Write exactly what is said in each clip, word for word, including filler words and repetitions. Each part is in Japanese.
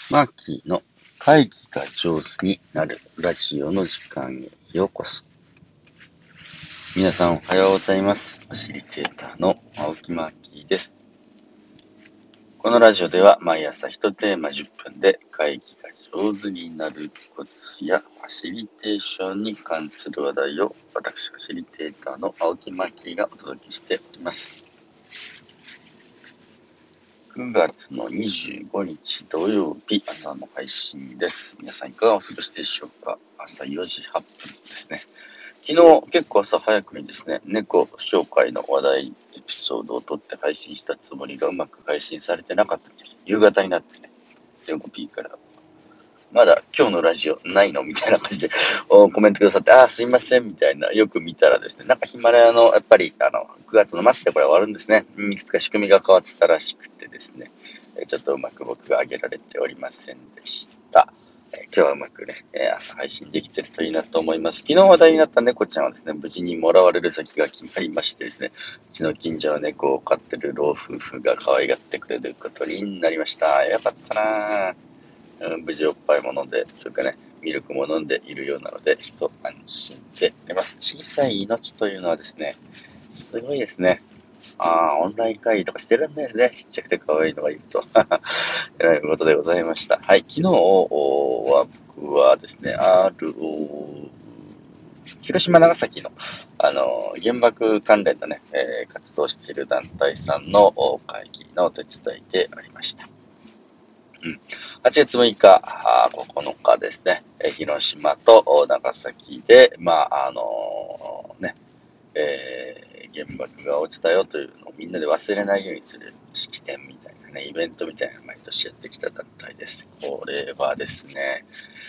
マーキーの会議が上手になるラジオの時間へようこそ。皆さんおはようございます。ファシリテーターの青木マーキーです。このラジオでは毎朝一テーマじゅっぷんで会議が上手になるコツやファシリテーションに関する話題を私ファシリテーターの青木マーキーがお届けしております。くがつのにじゅうごにち土曜日朝の配信です。皆さんいかがお過ごしでしょうか。朝よじはっぷんですね。昨日結構朝早くにですね、猫紹介の話題エピソードを撮って配信したつもりがうまく配信されてなかったみたいな。夕方になってね、横 P からまだ今日のラジオないのみたいな感じでコメントくださって、ああ、すいませんみたいな、よく見たらですね、なんかヒマラヤの、やっぱり、あの、くがつの末でこれ終わるんですね。いくつか仕組みが変わってたらしくてですね、ちょっとうまく僕が上げられておりませんでした。今日はうまくね、朝配信できてるといいなと思います。昨日話題になった猫ちゃんはですね、無事にもらわれる先が決まりましてですね、うちの近所の猫を飼ってる老夫婦が可愛がってくれることになりました。よかったなぁ。うん、無事おっぱいも飲んで、というかね、ミルクも飲んでいるようなので、一安心であります。小さい命というのはですね、すごいですね。ああ、オンライン会議とかしてるんですね。ちっちゃくて可愛いのがいると。えらいことでございました。はい、昨日は僕はですね、ある、広島、長崎の、あの、原爆関連のね、えー活動している団体さんの会議の手伝いでありました。うん、はちがつむいか、ここのかですね、広島と長崎で、まあ、あのー、ね、えー、原爆が落ちたよというのをみんなで忘れないようにする式典みたいなね、イベントみたいなのを毎年やってきた団体です。これはですね、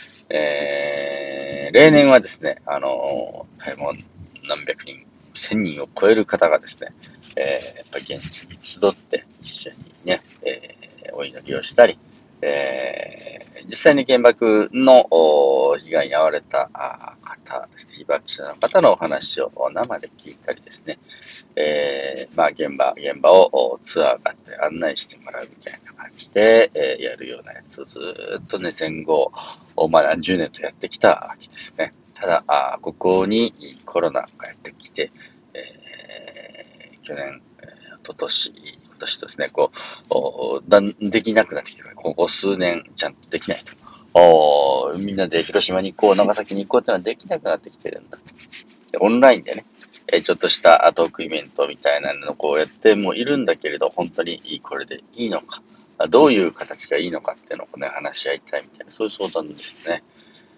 えー、例年はですね、あのー、はい、もう何百人、千人を超える方がですね、えー、やっぱり現地に集って一緒にね、えー、お祈りをしたり、えー、実際に原爆の被害に遭われた方ですね、被爆者の方のお話を生で聞いたりですね、えー、まあ現場、現場をツアーがあって案内してもらうみたいな感じで、えー、やるようなやつをずっとね、戦後、まあ何十年とやってきたわけですね。ただ、あここにコロナがやってきて、えー、去年、えー、一昨年、今年とですね、こう、だんできなくなってきて、ここ数年ちゃんとできないと。おみんなで広島に行こう、長崎に行こうってのはできなくなってきてるんだと。でオンラインでね、えちょっとしたトークイベントみたいなのをこうやってもいるんだけれど、本当にこれでいいのか、どういう形がいいのかっていうのをね、話し合いたいみたいな、そういう相談ですね。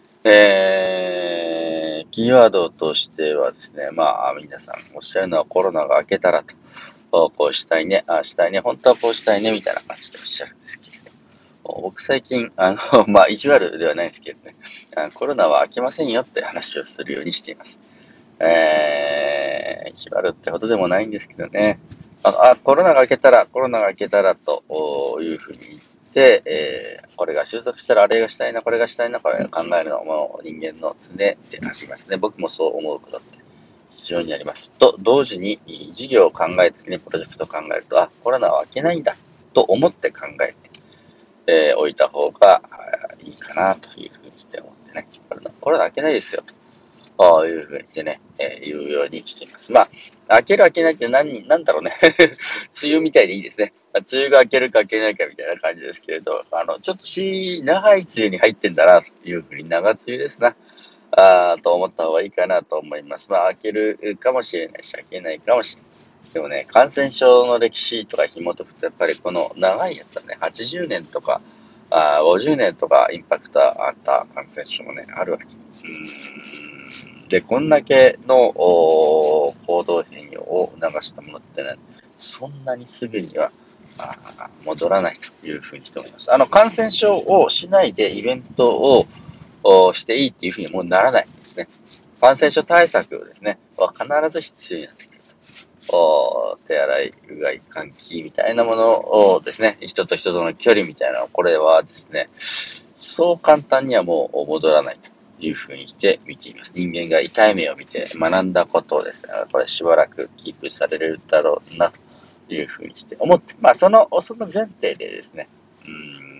えー、キーワードとしてはですね、まあ、皆さんおっしゃるのはコロナが明けたらと、こうしたいね、ああしたいね、本当はこうしたいね、みたいな感じでおっしゃるんですけれど、僕最近、あの、まあ、意地悪ではないですけどね、コロナは明けませんよって話をするようにしています。えー、意地悪ってほどでもないんですけどね、あ、あコロナが明けたら、コロナが明けたらというふうに言って、えー、これが収束したらあれがしたいな、これがしたいな、これ考えるのはもう人間の常でありますね。僕もそう思うことって非常にあります。と、同時に事業を考えたりね、プロジェクトを考えると、あ、コロナは明けないんだと思って考えて、えー、おいた方がいいかなというふうにして思ってね、コロナ、コロナ明けないですよと。というふうにしてね、えー、言うようにしています。まあ、開ける開けないって何、なんだろうね。梅雨みたいでいいですね。梅雨が明けるか明けないかみたいな感じですけれど、あの、ちょっとし、長い梅雨に入ってんだな、というふうに、長梅雨ですな。あと思った方がいいかなと思います。まあ、開けるかもしれないし、開けないかもしれない。でもね、感染症の歴史とか紐解くと、やっぱりこの長いやつはね、はちじゅうねんとか、あごじゅうねんとかインパクトあった感染症もね、あるわけ。うーんで、こんだけの行動変容を促したものってね、そんなにすぐには戻らないというふうにしております。あの、感染症をしないでイベントをしていいっていうふうにもうならないんですね。感染症対策ですね、は必ず必要になってくると。手洗い、うがい、換気みたいなものをですね、人と人との距離みたいなの、これはですね、そう簡単にはもう戻らないというふうにして見ています。人間が痛い目を見て学んだことをですね、これしばらくキープされるだろうなというふうにして思って、まあその、その前提でですね、うーん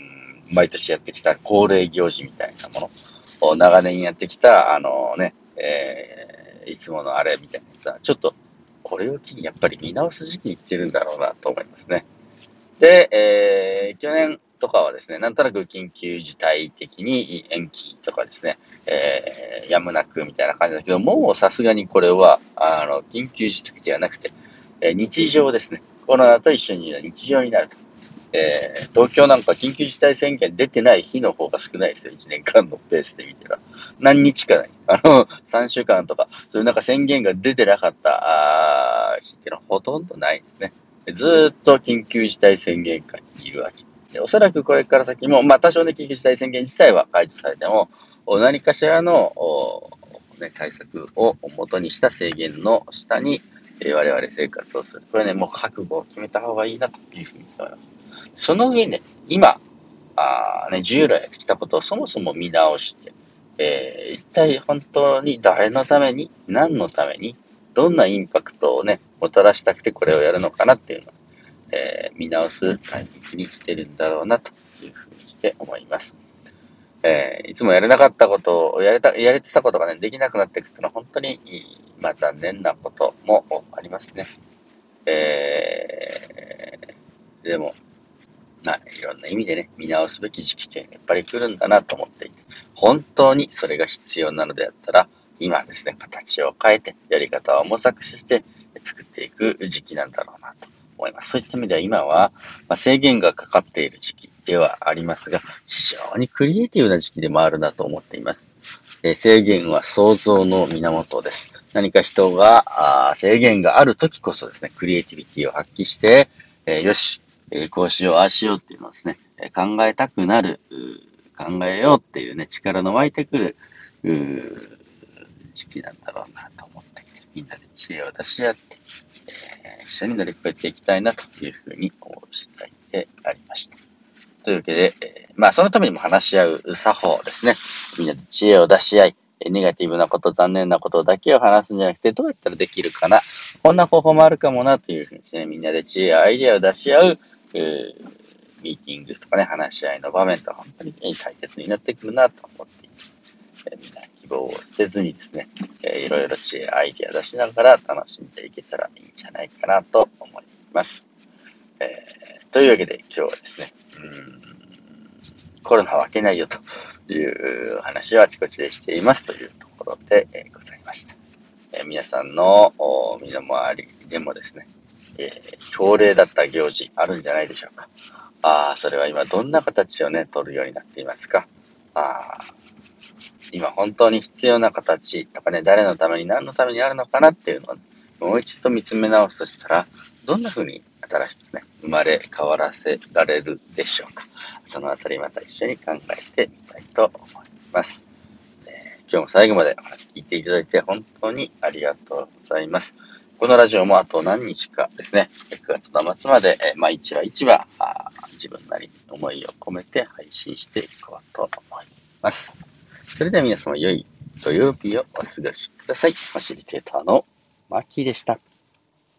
毎年やってきた恒例行事みたいなものを長年やってきた、あのね、えー、いつものあれみたいなやつは、ちょっとこれを機にやっぱり見直す時期に来てるんだろうなと思いますね。で、えー、去年とかはですね、なんとなく緊急事態的に延期とかですね、えー、やむなくみたいな感じだけど、もうさすがにこれは、あの、緊急事態ではなくて、えー日常ですね。コロナと一緒に日常になると。えー、東京なんか緊急事態宣言出てない日の方が少ないですよ。いちねんかんのペースで見てたら。何日かない。あの、さんしゅうかんとか、そういうなんか宣言が出てなかったあー日っていうのはほとんどないですね。ずーっと緊急事態宣言下にいるわけ。でおそらくこれから先も、まあ多少ね、緊急事態宣言自体は解除されても、何かしらの、ね、対策を元にした制限の下に、えー我々生活をする。これね、もう覚悟を決めた方がいいなというふうに思います。その上ね、今、あーね、従来やってきたことをそもそも見直して、えー一体本当に誰のために、何のために、どんなインパクトをね、もたらしたくてこれをやるのかなっていうのを、えー見直すタイミングに来てるんだろうなというふうにして思います。えーいつもやれなかったことを、やれた、やれてたことがね、できなくなっていくっていうのは本当に、まあ残念なこともありますね。えーでも、まあ、いろんな意味でね、見直すべき時期ってやっぱり来るんだなと思っていて、本当にそれが必要なのであったら、今ですね、形を変えて、やり方を模索して作っていく時期なんだろうなと思います。そういった意味では今は、まあ、制限がかかっている時期ではありますが、非常にクリエイティブな時期でもあるなと思っています。えー制限は創造の源です。何か人があ制限がある時こそですね、クリエイティビティを発揮して、えーよし、えーこうしよう、ああしようっていうのをですね、えー考えたくなる、考えようっていうね、力の湧いてくる、時期なんだろうなと思ってみんなで知恵を出し合って、えー一緒に乗り越えていきたいなというふうに思う次第でありました。というわけで、えーまあそのためにも話し合う作法ですね。みんなで知恵を出し合い、ネガティブなこと、残念なことだけを話すんじゃなくて、どうやったらできるかな。こんな方法もあるかもなというふうにですね、みんなで知恵やアイデアを出し合う、えーミーティングとかね、話し合いの場面と本当に大切になってくるなと思っています。えーみんな希望を捨てずにですね、えーいろいろ知恵、アイデア出しながら楽しんでいけたらいいんじゃないかなと思います。えーというわけで今日はですね、うーんコロナは明けないよという話をあちこちでしていますというところで、えーございました。えー皆さんの身の回りでもですね、えー恒例だった行事あるんじゃないでしょうか。ああ、それは今どんな形をね、取るようになっていますか。あ今本当に必要な形とかね、誰のために何のためにあるのかなっていうのを、ね、もう一度見つめ直すとしたら、どんな風に新しくね、生まれ変わらせられるでしょうか。そのあたりまた一緒に考えてみたいと思います。えー今日も最後までお話聞いていただいて本当にありがとうございます。このラジオもあと何日かですね、くがつの末まで、えーまあ、一話一話あ自分なりに思いを込めて配信していこうと思います。それでは皆様良い土曜日をお過ごしください。ファシリテーターのマッキーでした。